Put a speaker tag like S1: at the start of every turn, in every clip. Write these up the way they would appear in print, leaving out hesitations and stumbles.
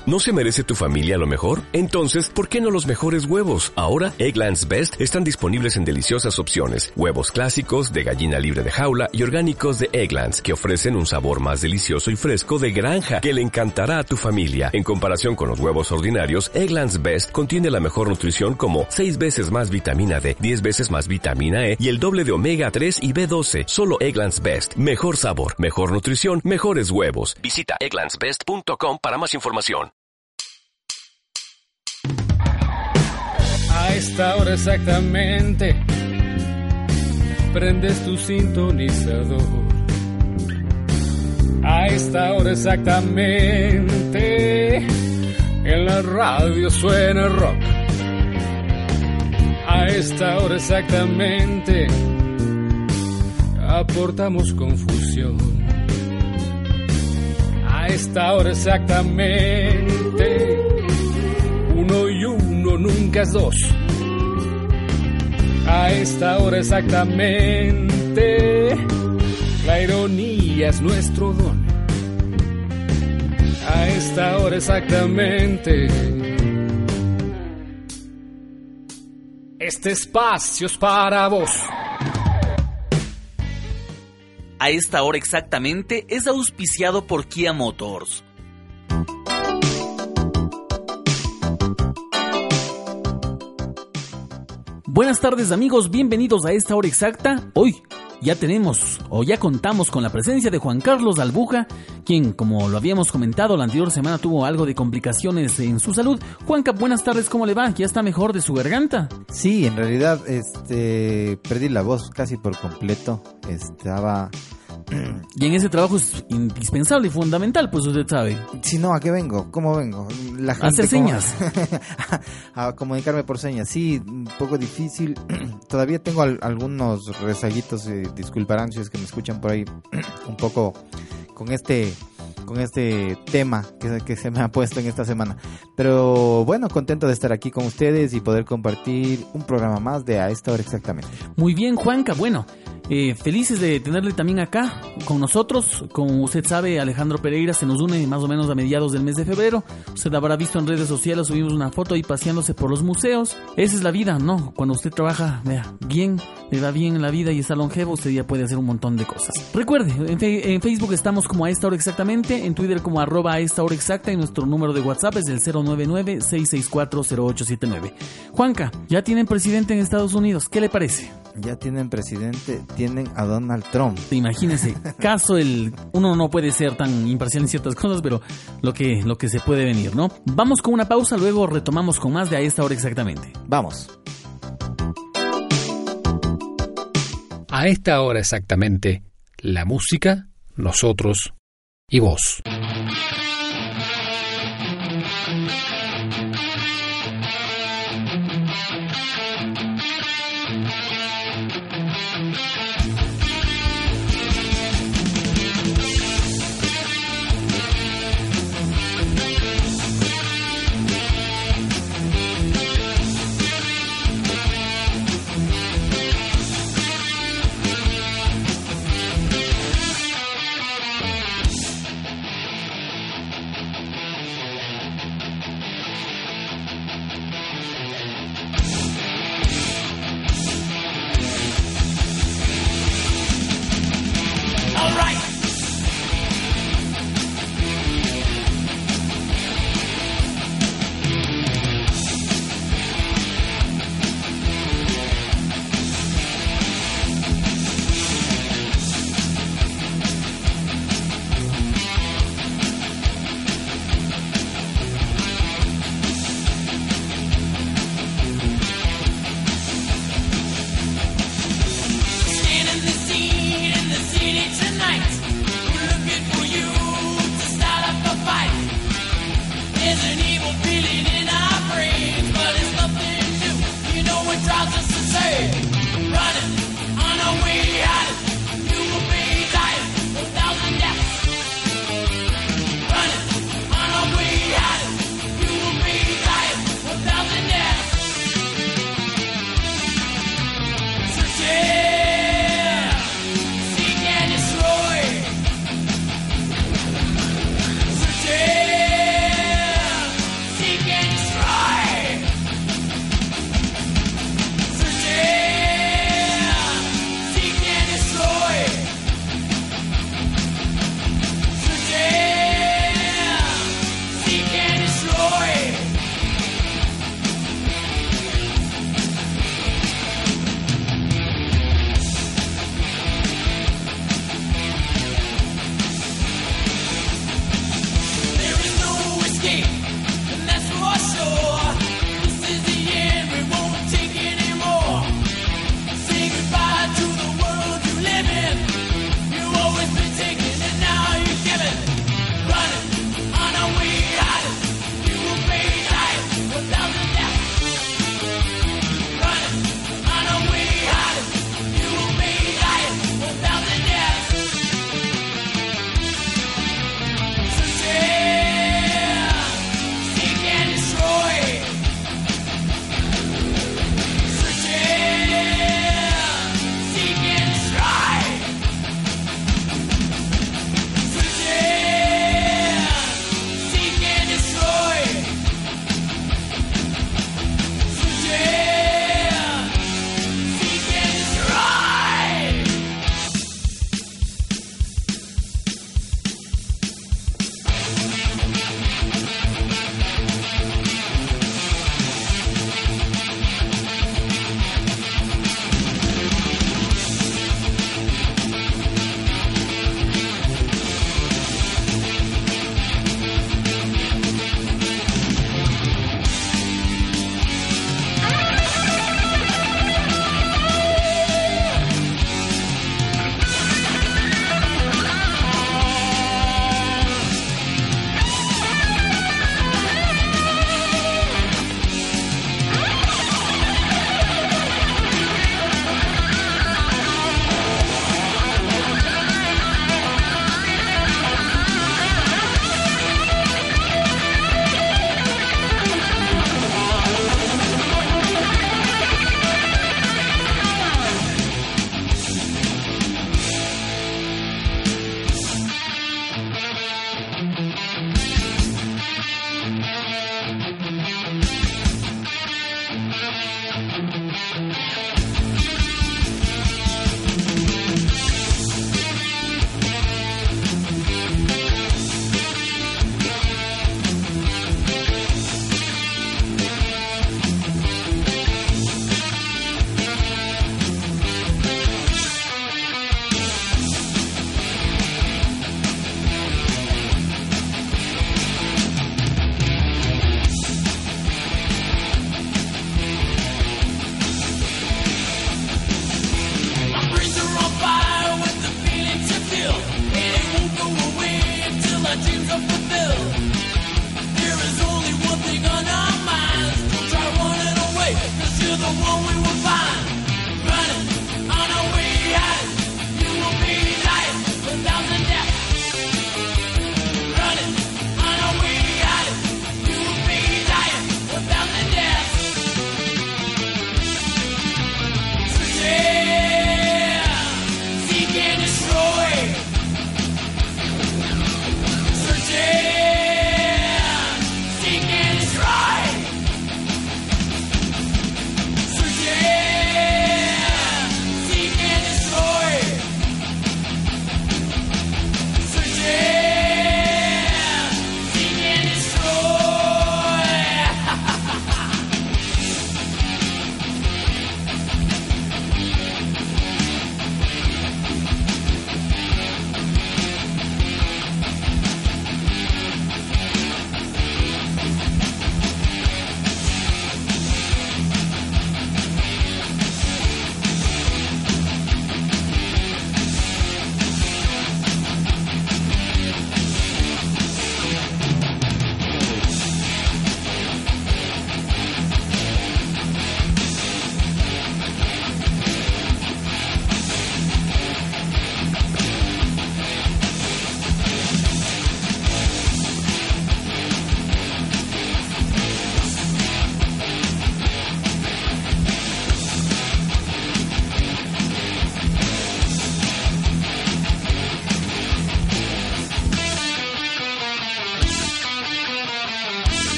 S1: ¿No se merece tu familia lo mejor? Entonces, ¿por qué no los mejores huevos? Ahora, Eggland's Best están disponibles en deliciosas opciones. Huevos clásicos, de gallina libre de jaula y orgánicos de Eggland's, que ofrecen un sabor más delicioso y fresco de granja que le encantará a tu familia. En comparación con los huevos ordinarios, Eggland's Best contiene la mejor nutrición como 6 veces más vitamina D, 10 veces más vitamina E y el doble de omega 3 y B12. Solo Eggland's Best. Mejor sabor, mejor nutrición, mejores huevos. Visita egglandsbest.com para más información.
S2: A esta hora exactamente prendes tu sintonizador. A esta hora exactamente en la radio suena rock. A esta hora exactamente aportamos confusión. A esta hora exactamente uno y uno nunca es dos. A esta hora exactamente la ironía es nuestro don. A esta hora exactamente este espacio es para vos.
S3: A esta hora exactamente es auspiciado por Kia Motors. Buenas tardes amigos, bienvenidos a esta hora exacta. Hoy ya contamos con la presencia de Juan Carlos Albuja, quien, como lo habíamos comentado la anterior semana, tuvo algo de complicaciones en su salud. Juanca, buenas tardes, ¿cómo le va? ¿Ya está mejor de su garganta?
S4: Sí, en realidad perdí la voz casi por completo.
S3: Y en ese trabajo es indispensable y fundamental, pues usted sabe.
S4: Si no, ¿a qué vengo? ¿Cómo vengo? La gente,
S3: hacer señas.
S4: A comunicarme por señas. Sí, un poco difícil. Todavía tengo algunos rezaguitos, disculparán si es que me escuchan por ahí un poco con este tema que se me ha puesto en esta semana. Pero bueno, contento de estar aquí con ustedes y poder compartir un programa más de A esta hora exactamente.
S3: Muy bien, Juanca, bueno, felices de tenerle también acá con nosotros. Como usted sabe, Alejandro Pereira se nos une más o menos a mediados del mes de febrero. Usted habrá visto en redes sociales, subimos una foto ahí paseándose por los museos. Esa es la vida, ¿no? Cuando usted trabaja, vea, bien, le va bien en la vida y está longevo, usted ya puede hacer un montón de cosas. Recuerde, en Facebook estamos como A esta hora exactamente, en Twitter como @ a esta hora exacta y nuestro número de WhatsApp es el 099-664-0879. Juanca, ya tienen presidente en Estados Unidos, ¿qué le parece?
S4: Ya tienen presidente, tienen a Donald Trump.
S3: Imagínese, uno no puede ser tan imparcial en ciertas cosas, pero lo que se puede venir, ¿no? Vamos con una pausa, luego retomamos con más de A esta hora exactamente.
S4: Vamos.
S2: A esta hora exactamente, la música, nosotros y vos.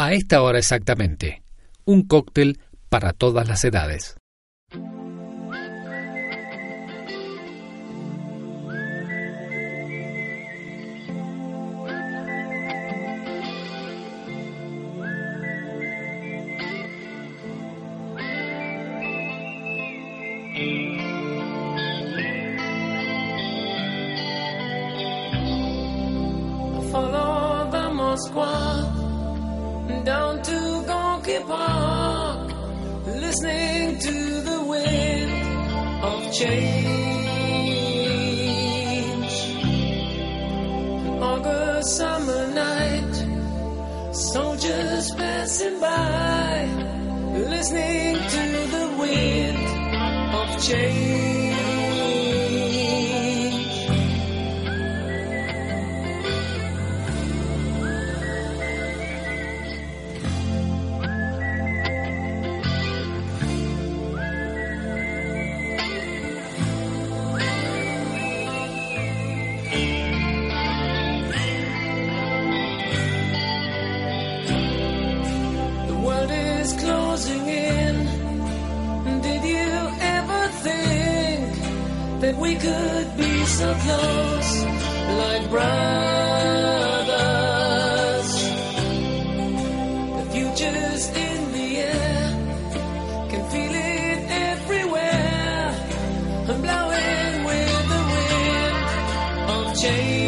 S2: A esta hora exactamente, un cóctel para todas las edades.
S5: Follow the Moskwa down to Gonky Park, listening to the wind of change. August summer night, soldiers passing by, listening to the wind of change. Closing in. Did you ever think that we could be so close, like brothers? The future's in the air, can feel it everywhere. I'm blowing with the wind of change.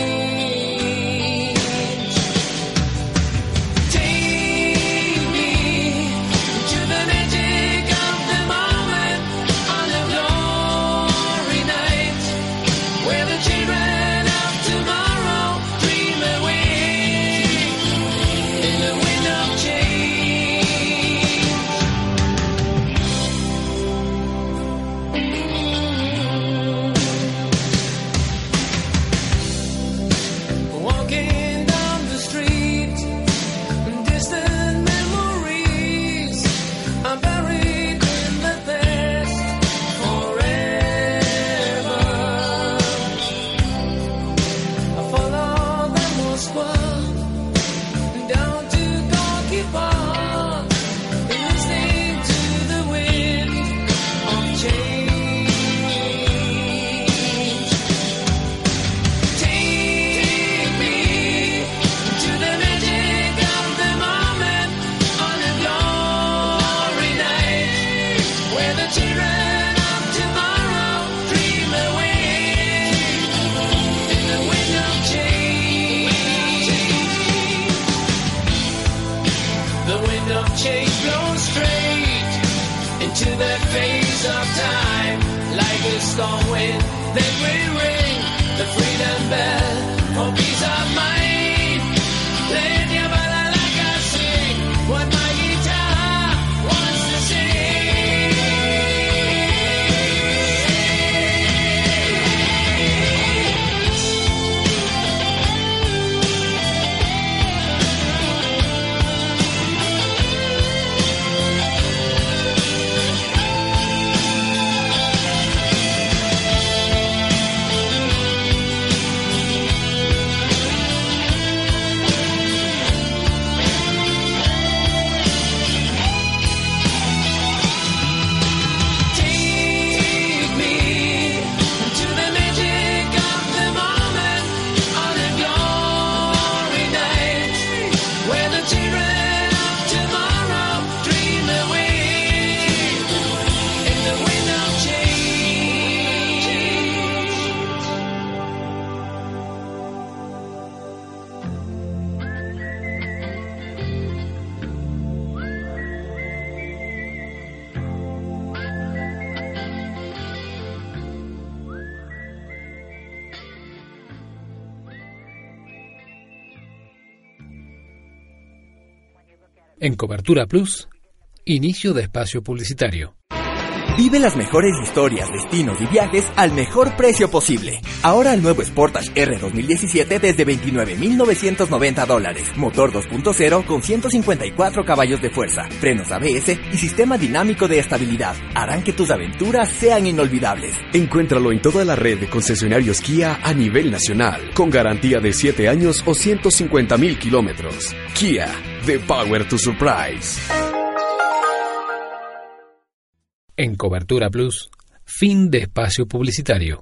S5: Storm wind, then we ring the freedom bell for peace of mind. Let your balalaika sing what my guitar wants to sing.
S2: En Cobertura Plus, inicio de espacio publicitario.
S6: Vive las mejores historias, destinos y viajes al mejor precio posible. Ahora el nuevo Sportage R 2017 desde $29,990. Motor 2.0 con 154 caballos de fuerza, frenos ABS y sistema dinámico de estabilidad. Harán que tus aventuras sean inolvidables.
S1: Encuéntralo en toda la red de concesionarios Kia a nivel nacional, con garantía de 7 años o 150,000 kilómetros. Kia, the power to surprise.
S2: En Cobertura Plus, fin de espacio publicitario.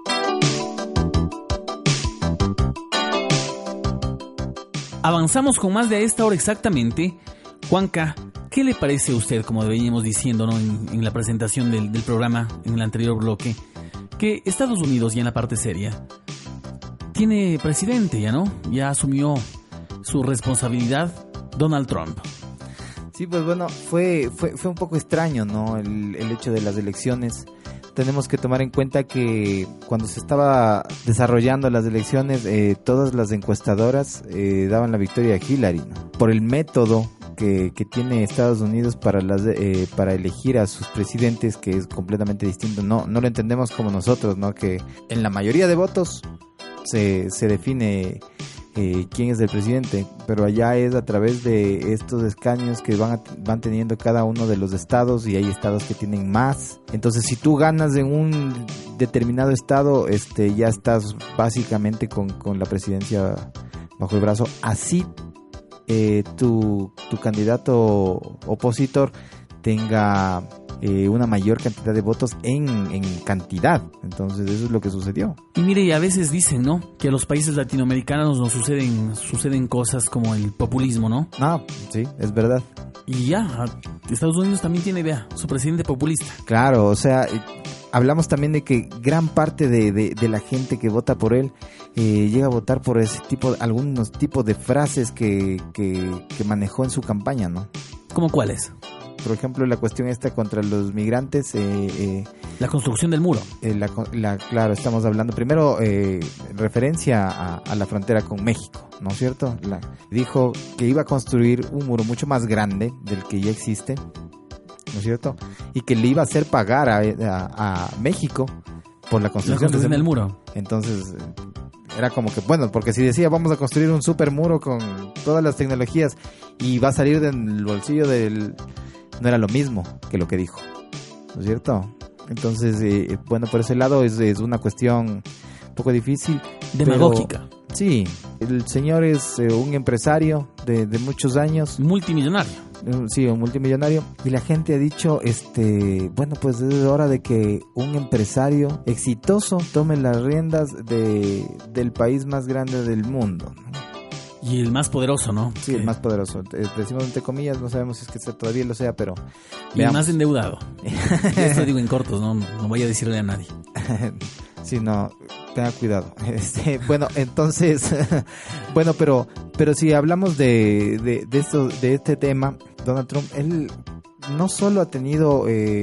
S3: Avanzamos con más de esta hora exactamente. Juanca, ¿qué le parece a usted, como veníamos diciendo, ¿no? en la presentación del programa, en el anterior bloque, que Estados Unidos, ya en la parte seria, tiene presidente, ya no? Ya asumió su responsabilidad Donald Trump.
S4: Sí, pues bueno, fue un poco extraño, ¿no? El hecho de las elecciones. Tenemos que tomar en cuenta que cuando se estaba desarrollando las elecciones, todas las encuestadoras daban la victoria a Hillary, ¿no? Por el método que tiene Estados Unidos para elegir a sus presidentes, que es completamente distinto. No lo entendemos como nosotros, ¿no? Que en la mayoría de votos se define quién es el presidente, pero allá es a través de estos escaños que van teniendo cada uno de los estados, y hay estados que tienen más. Entonces, si tú ganas en un determinado estado, ya estás básicamente con la presidencia bajo el brazo. Así tu candidato opositor tenga una mayor cantidad de votos en cantidad. Entonces eso es lo que sucedió.
S3: Y mire, y a veces dicen, ¿no?, que a los países latinoamericanos nos suceden cosas como el populismo, ¿no?
S4: Ah, sí, es verdad.
S3: Y ya, Estados Unidos también tiene, vea, su presidente populista.
S4: Claro, o sea, hablamos también de que gran parte de la gente que vota por él llega a votar por algunos tipos de frases que manejó en su campaña, ¿no?
S3: ¿Cómo cuáles?
S4: Por ejemplo, la cuestión esta contra los migrantes.
S3: La construcción del muro.
S4: Claro, estamos hablando primero en referencia a la frontera con México, ¿no es cierto? Dijo que iba a construir un muro mucho más grande del que ya existe, ¿no es cierto? Y que le iba a hacer pagar a México por la construcción
S3: del muro.
S4: Entonces era como que, bueno, porque si decía vamos a construir un super muro con todas las tecnologías y va a salir del bolsillo no era lo mismo que lo que dijo, ¿no es cierto? Entonces, bueno, por ese lado es una cuestión un poco difícil.
S3: Demagógica.
S4: Pero, sí, el señor es un empresario de muchos años.
S3: Multimillonario.
S4: Sí, un multimillonario. Y la gente ha dicho, bueno, pues es hora de que un empresario exitoso tome las riendas del país más grande del mundo, ¿no?
S3: Y el más poderoso, ¿no?
S4: Sí, el más poderoso. Decimos entre comillas, no sabemos si es que todavía lo sea, pero
S3: y el más endeudado. Esto digo en cortos, no vaya a decirle a nadie.
S4: Sí, no, tenga cuidado. Bueno, entonces, bueno, pero si hablamos de este tema, Donald Trump, él no solo ha tenido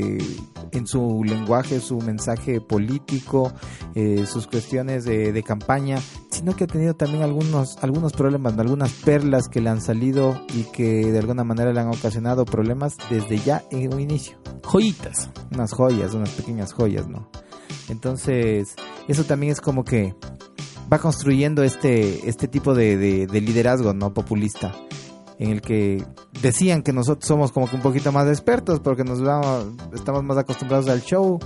S4: en su lenguaje, su mensaje político, sus cuestiones de campaña, sino que ha tenido también algunos problemas, algunas perlas que le han salido y que de alguna manera le han ocasionado problemas desde ya en un inicio.
S3: Joyitas.
S4: Unas joyas, unas pequeñas joyas, ¿no? Entonces, eso también es como que va construyendo este tipo de liderazgo, ¿no?, populista, en el que decían que nosotros somos como que un poquito más expertos porque estamos más acostumbrados al show,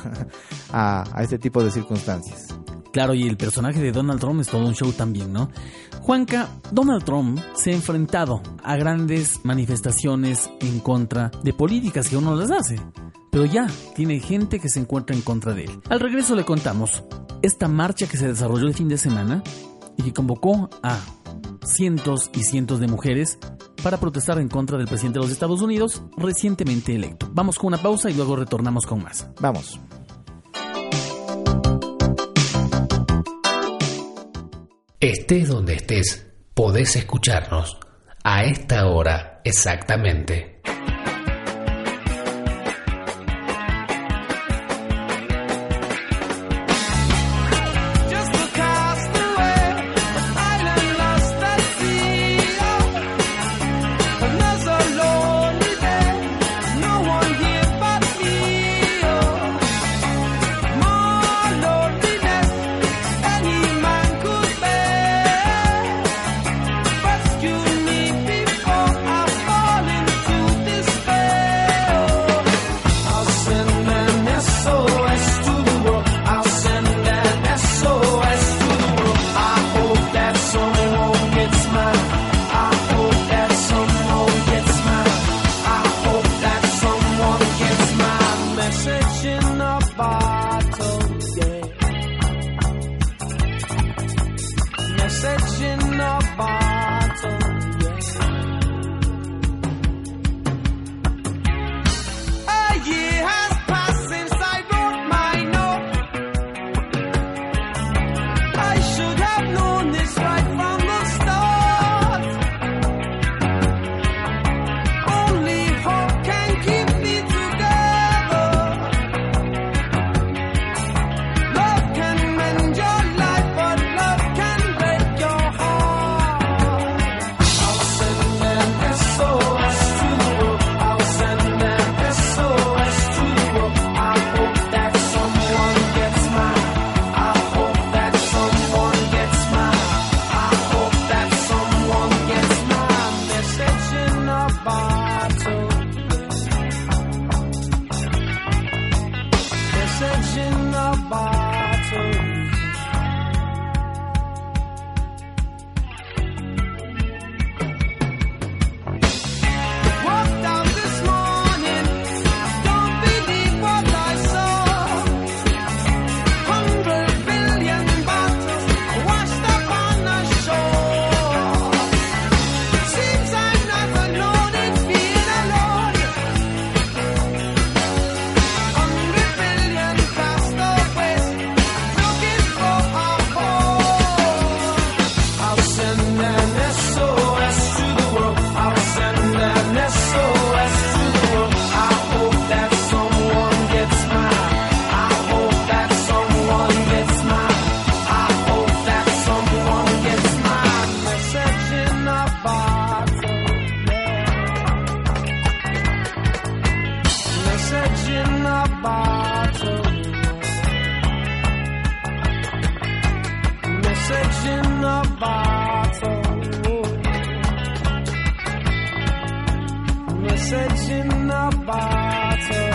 S4: a este tipo de circunstancias.
S3: Claro, y el personaje de Donald Trump es todo un show también, ¿no? Juanca, Donald Trump se ha enfrentado a grandes manifestaciones en contra de políticas que uno las hace, pero ya tiene gente que se encuentra en contra de él. Al regreso le contamos esta marcha que se desarrolló el fin de semana y que convocó a cientos y cientos de mujeres para protestar en contra del presidente de los Estados Unidos recientemente electo. Vamos con una pausa y luego retornamos con más.
S4: Vamos.
S2: Estés donde estés, podés escucharnos a esta hora exactamente.
S5: an SOS to the world. I will send an SOS to the world. I hope that someone gets mine. I hope that someone gets mine. I hope that someone gets mine. Message in a bottle, yeah. Message in a bottle. Message in a bottle. Message in a bottle.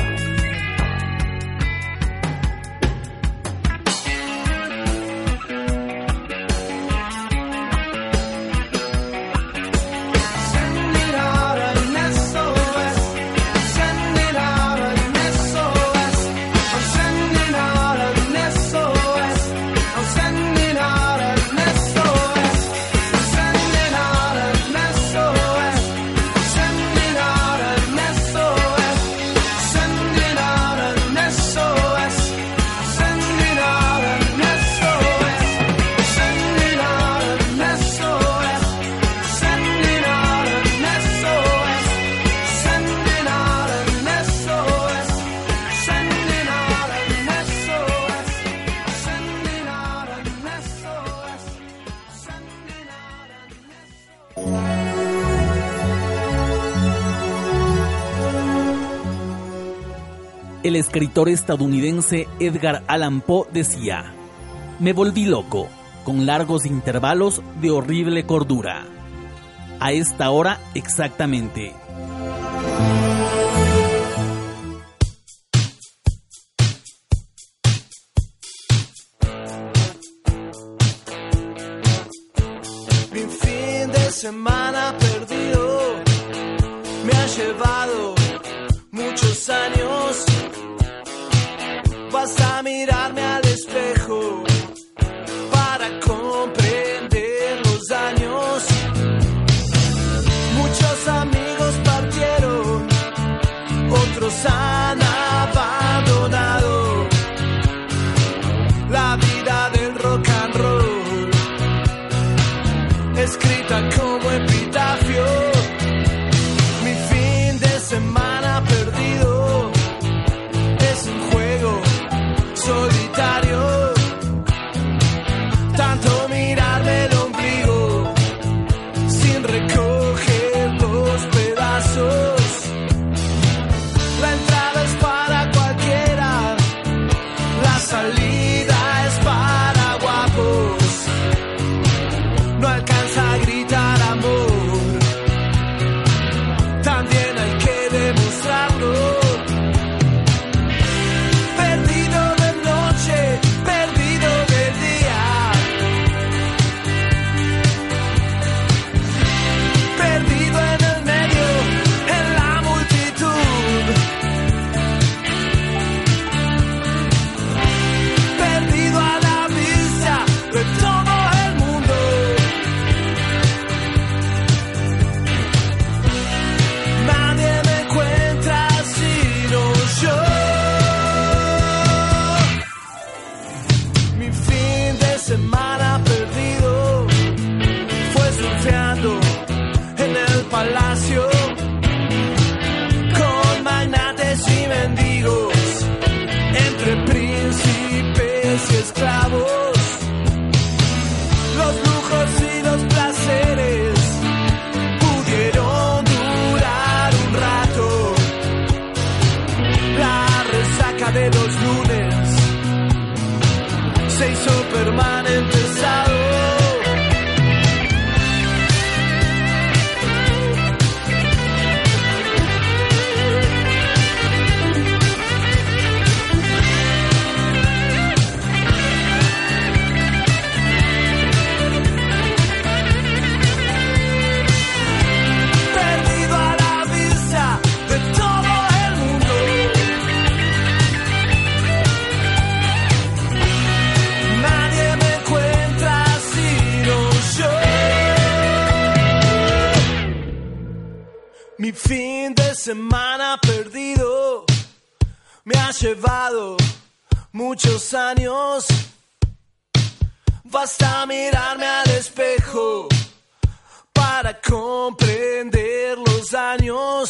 S5: Sending out an SOS. Sending out an SOS. I'm sending out an SOS. I'm sending out an SOS. I'm sending out an SOS. Sending out an SOS. Sending out an SOS. Sending out an SOS. Sending out an SOS. Sending out an SOS. Sending out an SOS. Sending out an SOS. Sending out an SOS. Sending out an
S3: El escritor estadounidense Edgar Allan Poe decía: "Me volví loco, con largos intervalos de horrible cordura". A esta hora exactamente.
S5: Mi fin de semana perdido me ha llevado muchos años. Basta mirarme al espejo para comprender los daños. Muchos amigos partieron, otros han abandonado la vida del rock and roll, escrita como epitafio. Mi fin de semana perdido es un juego solitario. Tanto mirarme el ombligo sin recoger los pedazos. La entrada es para cualquiera, la salida es para guapos. No alcanza a gritar amor, también hay que demostrarlo. Perdido de noche, perdido de día, perdido en el medio, en la multitud, perdido a la vista de todo el mundo. Nadie me encuentra sino yo. Mi fin de semana perdido fue surfeando en el palacio con magnates y mendigos, entre príncipes y esclavos. Los lujos y los placeres pudieron durar un rato. La resaca de los lunes se hizo permanente estado. Perdido a la vista de todo el mundo. Nadie me encuentra sino yo. Mi fin de semana perdido me ha llevado muchos años. Basta mirarme al espejo para comprender los daños.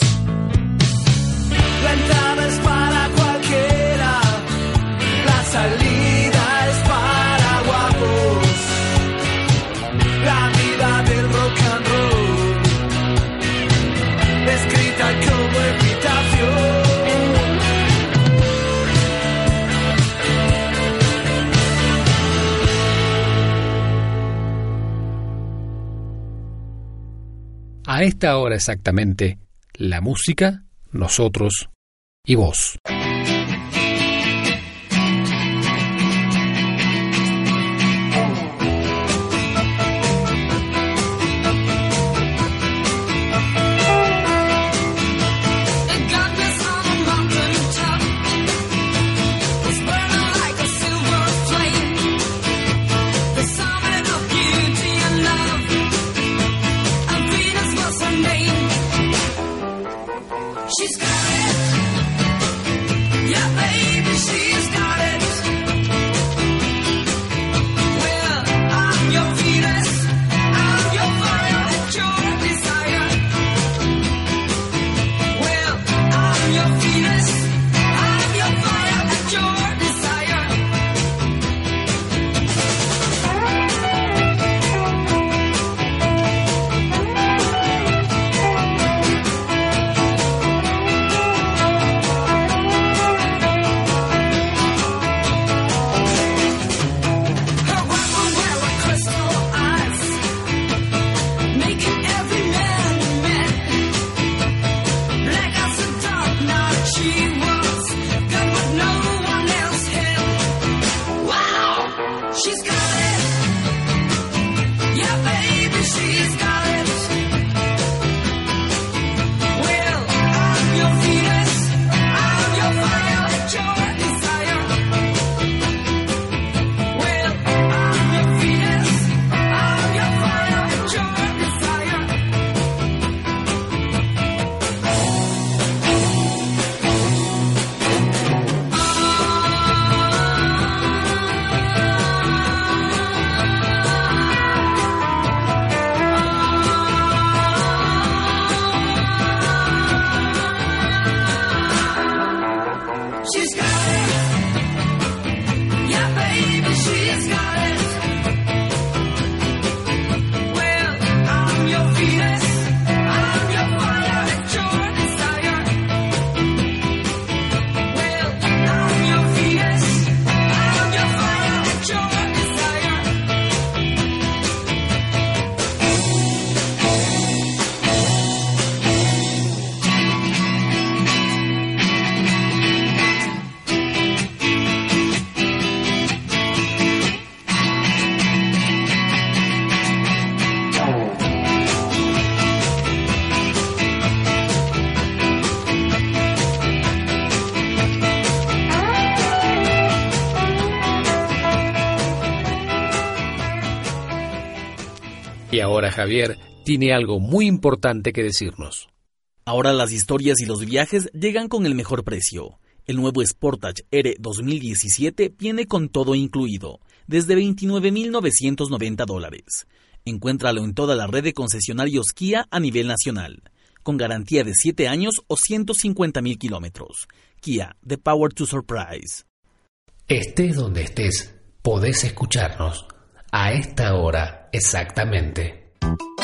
S5: La entrada es para cualquiera, la salida es para guapos. La vida del rock and roll, escrita como epitafio.
S2: A esta hora exactamente, la música, nosotros y vos.
S5: She's got it. Yeah, baby, she's got it. Well, I'm your Venus. I'm your fire and your desire. Well, I'm your Venus. I'm your fire and your desire. She's got it. Yeah, baby, she's got it. Well, I'm your Venus. I'm your fire and your desire. Well, I'm your Venus. I'm your fire and your desire. She's got it. Yeah, baby, she's got it. Well, I'm your Venus. I'm your fire and your desire. Well, I'm your Venus. I'm your fire and your desire.
S2: Y ahora Javier tiene algo muy importante que decirnos.
S3: Ahora las historias y los viajes llegan con el mejor precio. El nuevo Sportage R 2017 viene con todo incluido, desde $29,990. Encuéntralo en toda la red de concesionarios Kia a nivel nacional, con garantía de 7 años o 150,000 kilómetros. Kia, the power to surprise.
S2: Estés donde estés, podés escucharnos. A esta hora exactamente.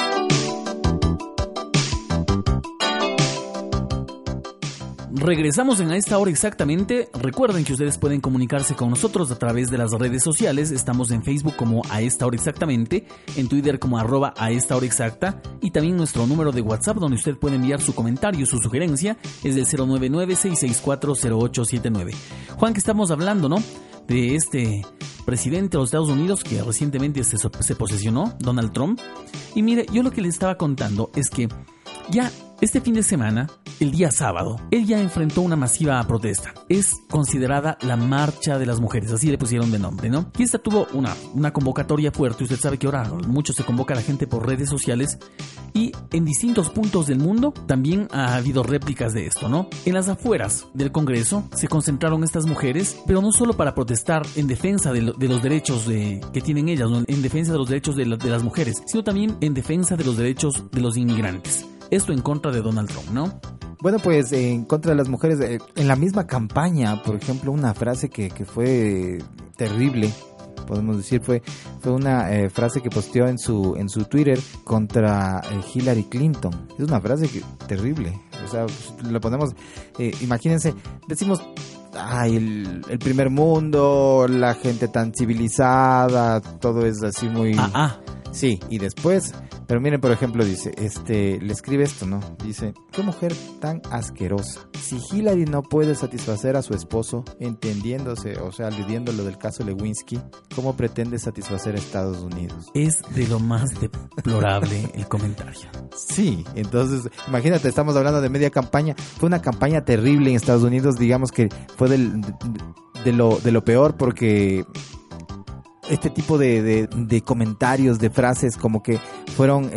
S3: Regresamos en A esta hora exactamente. Recuerden que ustedes pueden comunicarse con nosotros a través de las redes sociales. Estamos en Facebook como A esta hora exactamente, en Twitter como @a esta hora exacta, y también nuestro número de WhatsApp donde usted puede enviar su comentario, su sugerencia, es del 099-664-0879. Juan, que estamos hablando, ¿no?, de este presidente de los Estados Unidos que recientemente se posesionó, Donald Trump. Y mire, yo lo que le estaba contando es que ya este fin de semana, el día sábado, él ya enfrentó una masiva protesta. Es considerada la marcha de las mujeres, así le pusieron de nombre, ¿no? Y esta tuvo una convocatoria fuerte. Usted sabe que ahora mucho se convoca a la gente por redes sociales. Y en distintos puntos del mundo también ha habido réplicas de esto, ¿no? En las afueras del Congreso se concentraron estas mujeres, pero no solo para protestar en defensa de los derechos que tienen ellas, ¿no? En defensa de los derechos de las mujeres, sino también en defensa de los derechos de los inmigrantes. Esto en contra de Donald Trump, ¿no?
S4: Bueno, pues en contra de las mujeres, en la misma campaña, por ejemplo, una frase que fue terrible, podemos decir, fue una frase que posteó en su Twitter contra Hillary Clinton. Es una frase terrible, o sea, lo ponemos, imagínense, decimos, ay, el primer mundo, la gente tan civilizada, todo es así muy... Sí, y después, pero miren, por ejemplo, dice, le escribe esto, ¿no? Dice, qué mujer tan asquerosa. Si Hillary no puede satisfacer a su esposo, entendiéndose, o sea, aludiendo lo del caso Lewinsky, ¿cómo pretende satisfacer a Estados Unidos?
S3: Es de lo más deplorable el comentario.
S4: Sí, entonces, imagínate, estamos hablando de media campaña. Fue una campaña terrible en Estados Unidos, digamos que fue de lo peor, porque este tipo de comentarios, de frases, como que fueron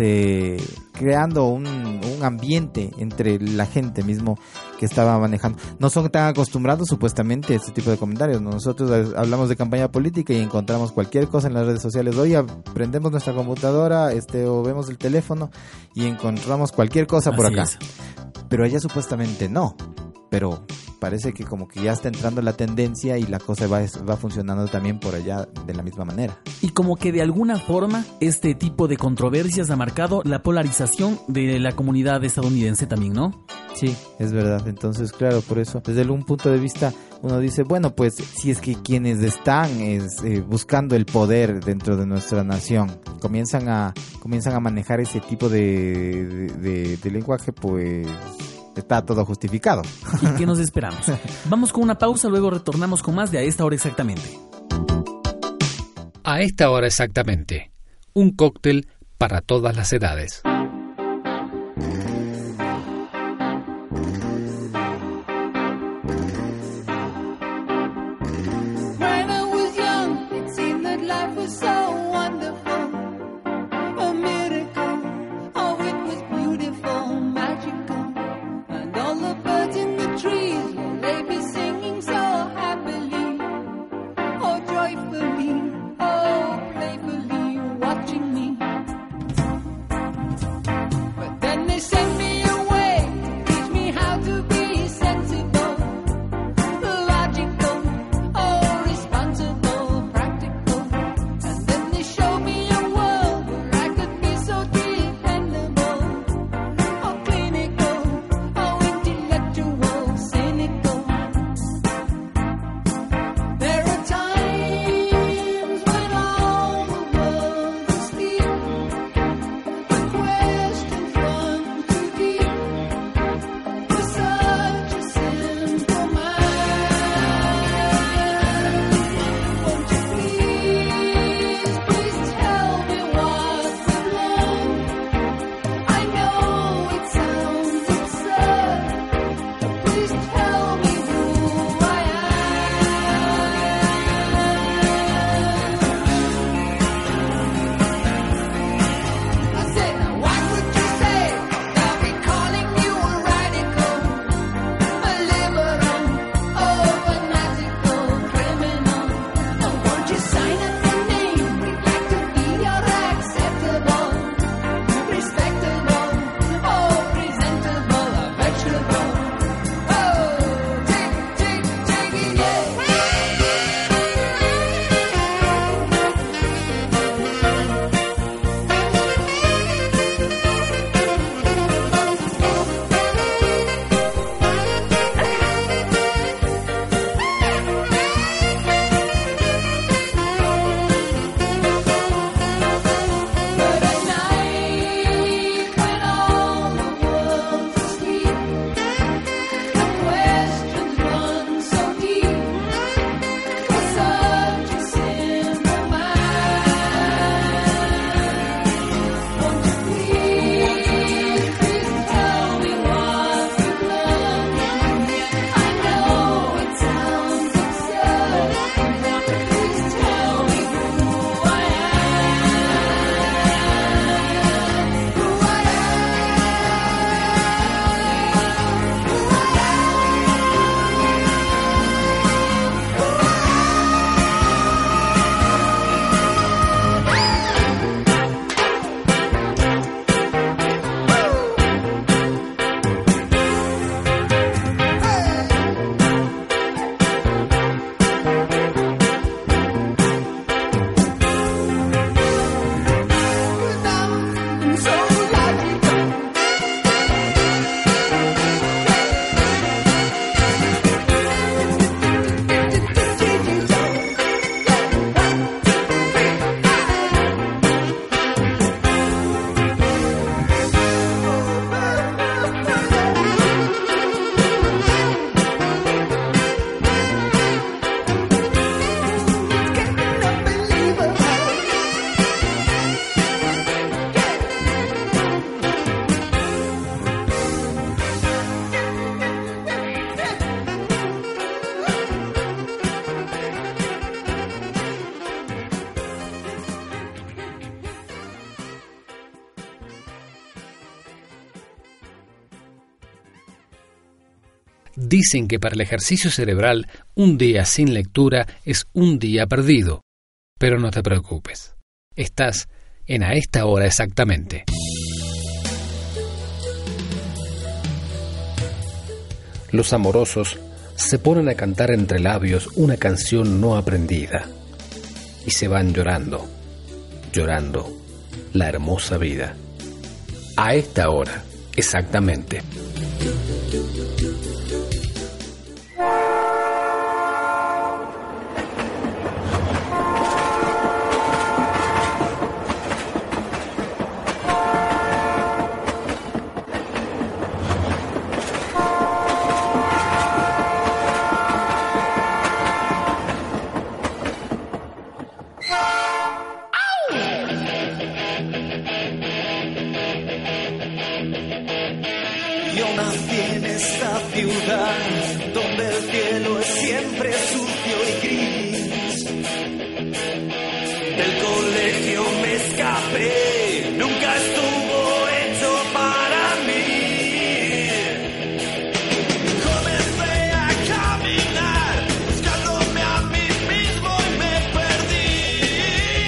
S4: creando un ambiente entre la gente mismo que estaba manejando. No son tan acostumbrados supuestamente a este tipo de comentarios. Nosotros hablamos de campaña política y encontramos cualquier cosa en las redes sociales. Hoy prendemos nuestra computadora o vemos el teléfono y encontramos cualquier cosa por acá.
S3: Es.
S4: Pero ella supuestamente no. Pero parece que como que ya está entrando la tendencia y la cosa va funcionando también por allá de la misma manera.
S3: Y como que de alguna forma este tipo de controversias ha marcado la polarización de la comunidad estadounidense también, ¿no?
S4: Sí, es verdad. Entonces, claro, por eso, desde algún punto de vista, uno dice, bueno, pues si es que quienes están buscando el poder dentro de nuestra nación comienzan a manejar ese tipo de lenguaje, pues está todo justificado.
S3: ¿Y qué nos esperamos? Vamos con una pausa, luego retornamos con más de A Esta Hora Exactamente.
S2: A esta hora exactamente, un cóctel para todas las edades.
S5: When I was young, it seemed that life was so wonderful, a miracle. Oh, it was beautiful, magical, and all the birds in the trees, well, they be singing so happily, oh, joyfully, oh, playfully, watching me.
S2: Dicen que para el ejercicio cerebral, un día sin lectura es un día perdido. Pero no te preocupes. Estás en A Esta Hora Exactamente. Los amorosos se ponen a cantar entre labios una canción no aprendida y se van llorando, llorando la hermosa vida. A esta hora, exactamente.
S5: Yo nací en esta ciudad donde el cielo es siempre sucio y gris. Del colegio me escapé, nunca estuvo hecho para mí. Comencé a caminar buscándome a mí mismo y me perdí.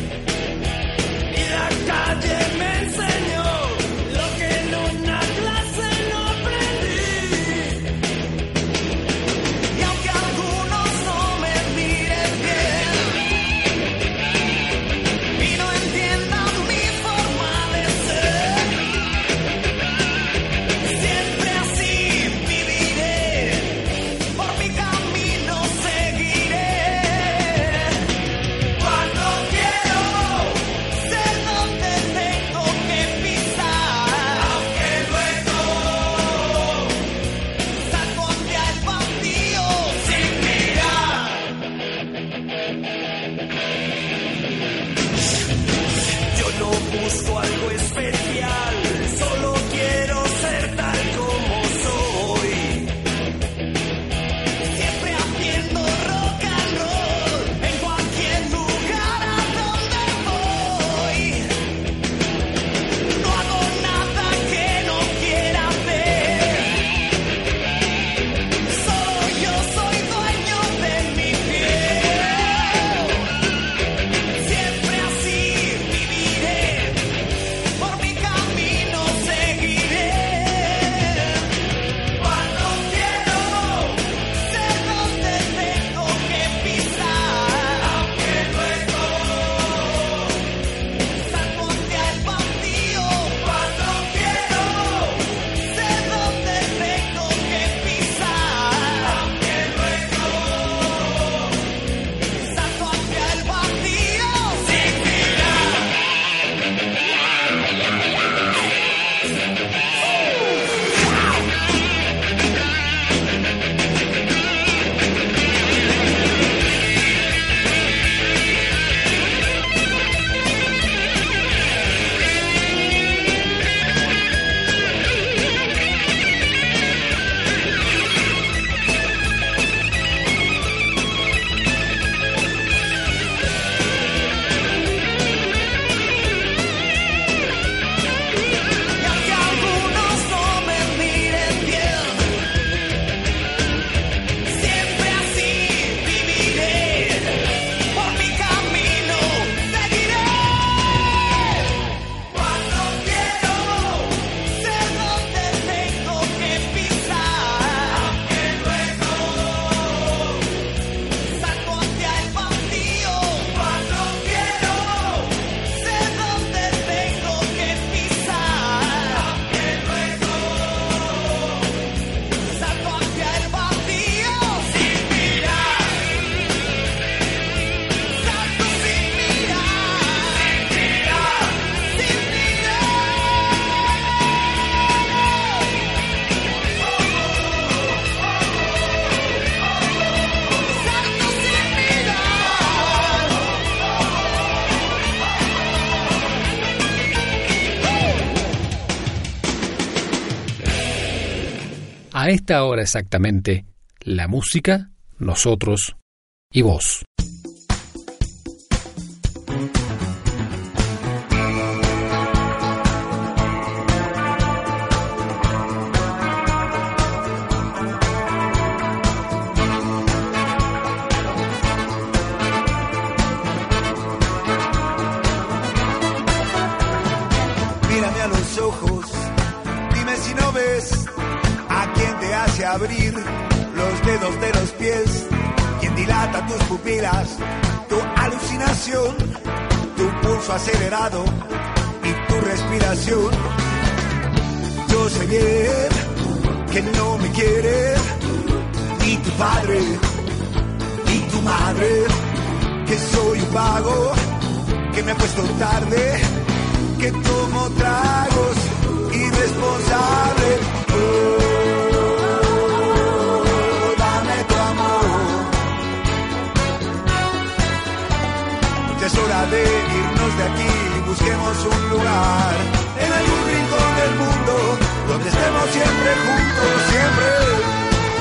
S5: Y la calle me enseñó lo que en una clase no aprendí. Y aunque algunos no me miren bien y no entiendan mi forma de ser, siempre así viviré, por mi camino seguiré. Cuando quiero sé dónde tengo que pisar, aunque luego salgo hacia el vacío sin mirar. Yo no busco algo especial, solo quiero ser tal como soy. Siempre haciendo rock and roll en cualquier lugar a donde voy. No hago nada que no quiera hacer. Solo yo soy dueño de mi piel. Siempre así viviré, por mi camino seguiré. Cuando quiero sé dónde tengo que pisar, aunque luego salgo hacia el vacío. Cuando quiero sé dónde tengo que pisar, aunque luego salgo hacia el vacío sin mirar. Y aunque algunos no me miren bien, siempre así viviré, por mi camino seguiré. Cuando quiero sé dónde tengo que pisar, aunque luego salgo hacia el vacío. Cuando quiero sé dónde tengo que pisar, aunque luego salgo hacia el vacío sin mirar. Salgo sin mirar, sin mirar. Salgo sin
S2: A esta hora exactamente, la música, nosotros y vos.
S7: los ojos. Dime si no ves a quien te hace abrir los dedos de los pies, quien dilata tus pupilas, tu alucinación, tu pulso acelerado y tu respiración. Yo sé bien que no me quiere ni tu padre ni tu madre, que soy un vago, que me acuesto tarde, que tomo tragos, irresponsable. Dame tu amor. Ya es hora de irnos de aquí y busquemos un lugar en algún rincón del mundo donde estemos siempre juntos, siempre.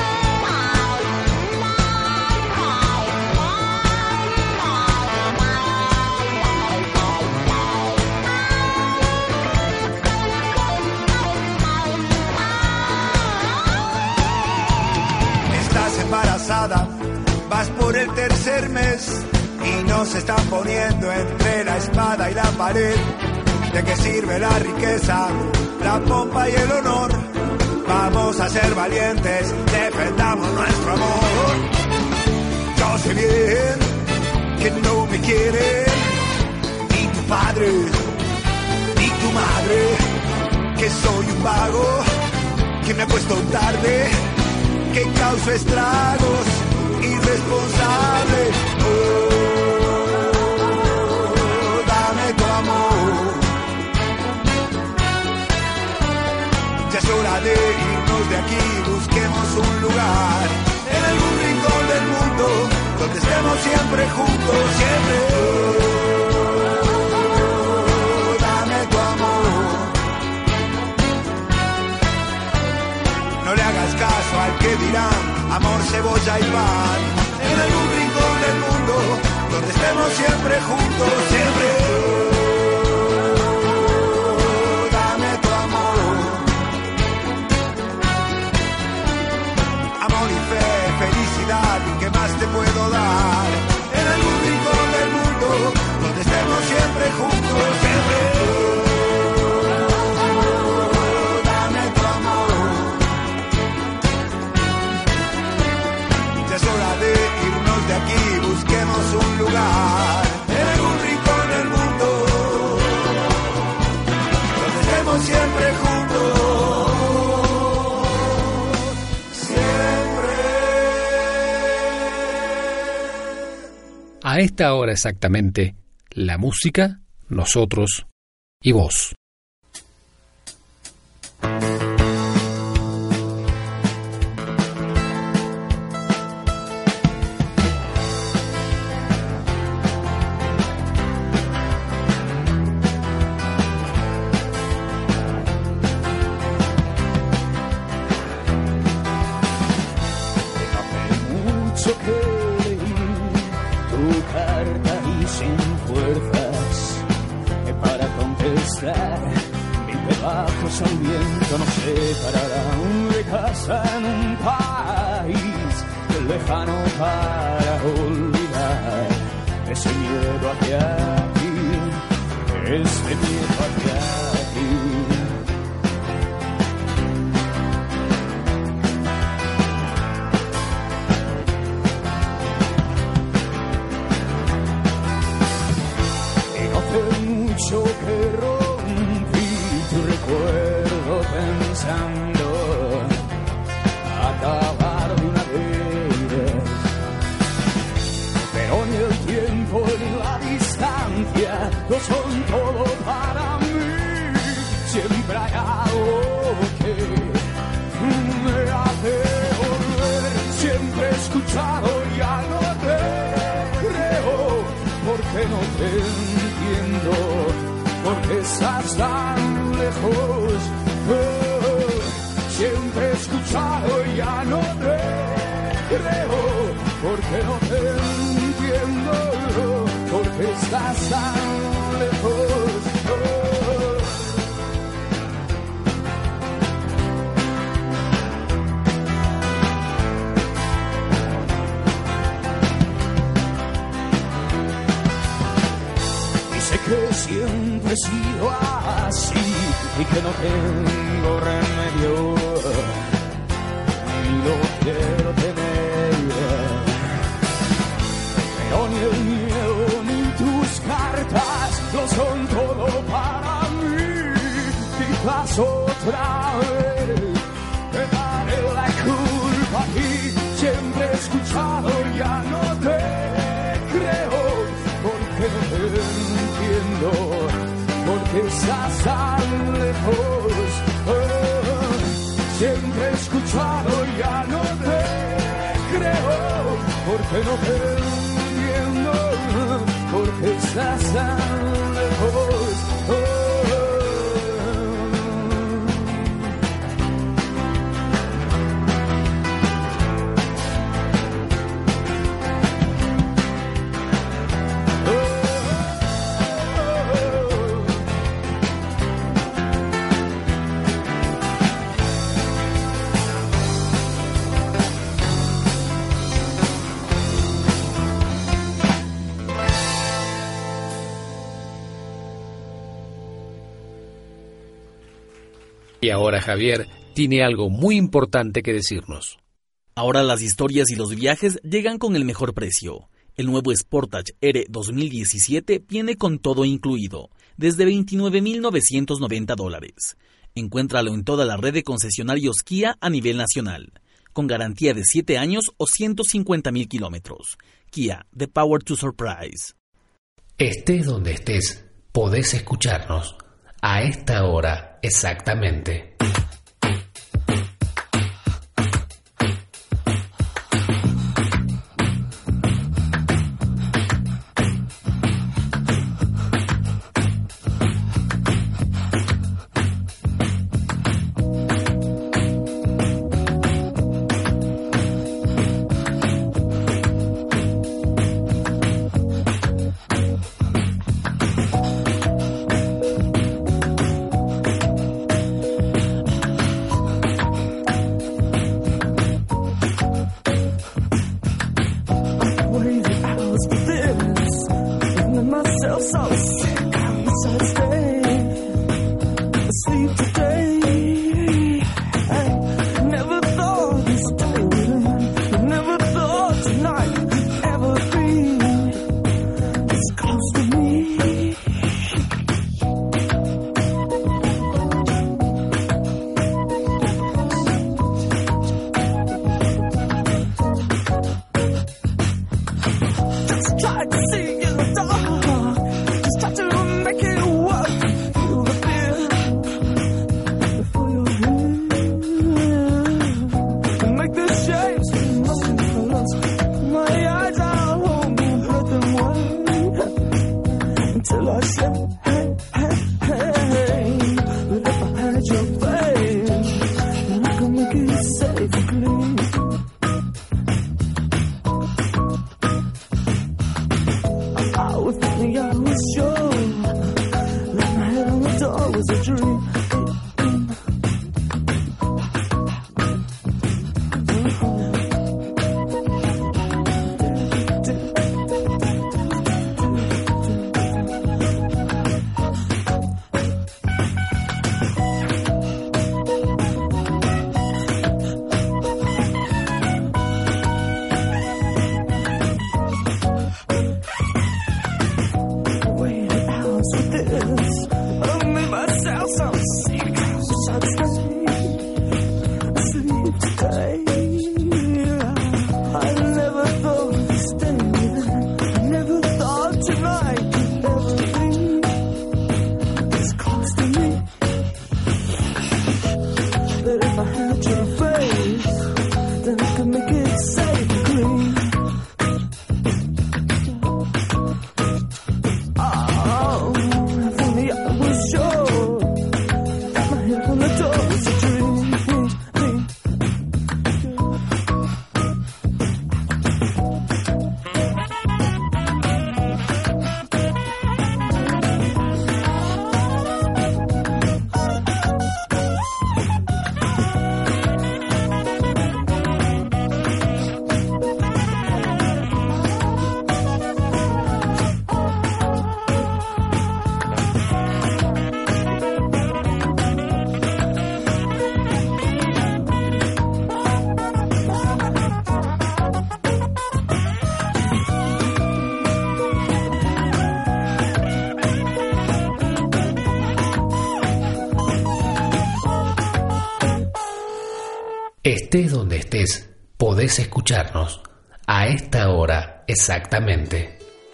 S7: Embarazada, vas por el tercer mes y nos están poniendo entre la espada y la pared. ¿De qué sirve la riqueza, la pompa y el honor? Vamos a ser valientes, defendamos nuestro amor. Yo sé bien que no me quiere ni tu padre ni tu madre, que soy un vago, que me acuesto tarde, que causa estragos, irresponsable. Dame tu amor. Ya es hora de irnos de aquí, busquemos un lugar en algún rincón del mundo donde estemos siempre juntos, siempre. Dame tu amor. No le hagas caso al que dirán amor, cebolla y pan. En algún rincón del mundo donde estemos siempre juntos, siempre. Dame tu amor. Amor y fe, felicidad, ¿qué más te puedo dar? En algún rincón del mundo donde estemos siempre juntos, siempre. De aquí busquemos un lugar en algún rincón del mundo donde estemos siempre juntos, siempre.
S2: A esta hora exactamente, la música, nosotros y vos.
S8: Al viento nos separarán de casa en un país lejano para olvidar ese miedo hacia ti, ese miedo hacia ti. Y no hace mucho que rompí tu recuerdo pensando acabar de una vez, pero ni el tiempo ni la distancia no son todo para mí. Siempre hay algo que me hace volver. Siempre he escuchado, ya no te creo, porque no te entiendo, porque estás tan lejos. Siempre he escuchado, ya no te creo, porque no te entiendo, porque estás tan lejos. Y sé que siempre he sido así, y que no tengo remedio, ni lo quiero tener. Pero ni el miedo ni tus cartas lo son todo para mí. Quizás otra vez te daré la culpa a ti. Siempre he escuchado, ya no te creo, porque no te entiendo, porque estás tan lejos. Siempre he escuchado, ya no te creo, porque no te entiendo, porque estás tan lejos.
S2: Y ahora Javier tiene algo muy importante que decirnos.
S6: Ahora las historias y los viajes llegan con el mejor precio. El nuevo Sportage R 2017 viene con todo incluido, desde $29,990. Encuéntralo en toda la red de concesionarios Kia a nivel nacional, con garantía de 7 años o 150,000 kilómetros. Kia, the power to surprise.
S2: Estés donde estés, podés escucharnos. A esta hora exactamente.
S8: Oh,
S2: Estés donde estés, podés escucharnos a esta hora exactamente.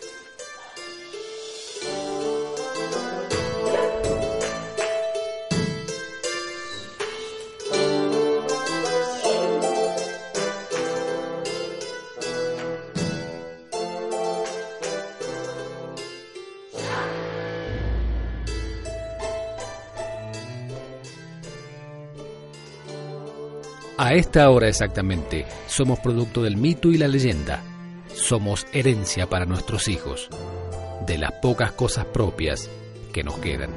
S2: A esta hora exactamente, somos producto del mito y la leyenda. Somos herencia para nuestros hijos, de las pocas cosas propias que nos quedan.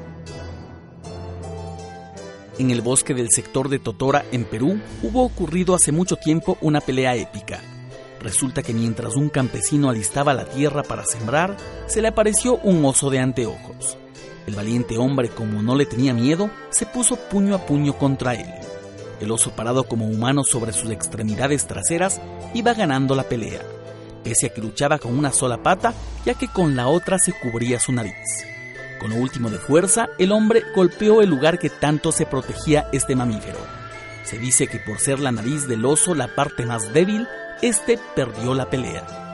S6: En el bosque del sector de Totora, en Perú, hubo ocurrido hace mucho tiempo una pelea épica. Resulta que mientras un campesino alistaba la tierra para sembrar, se le apareció un oso de anteojos. El valiente hombre, como no le tenía miedo, se puso puño a puño contra él. El oso, parado como humano sobre sus extremidades traseras, iba ganando la pelea, pese a que luchaba con una sola pata, ya que con la otra se cubría su nariz. Con lo último de fuerza, el hombre golpeó el lugar que tanto se protegía este mamífero. Se dice que por ser la nariz del oso la parte más débil, este perdió la pelea.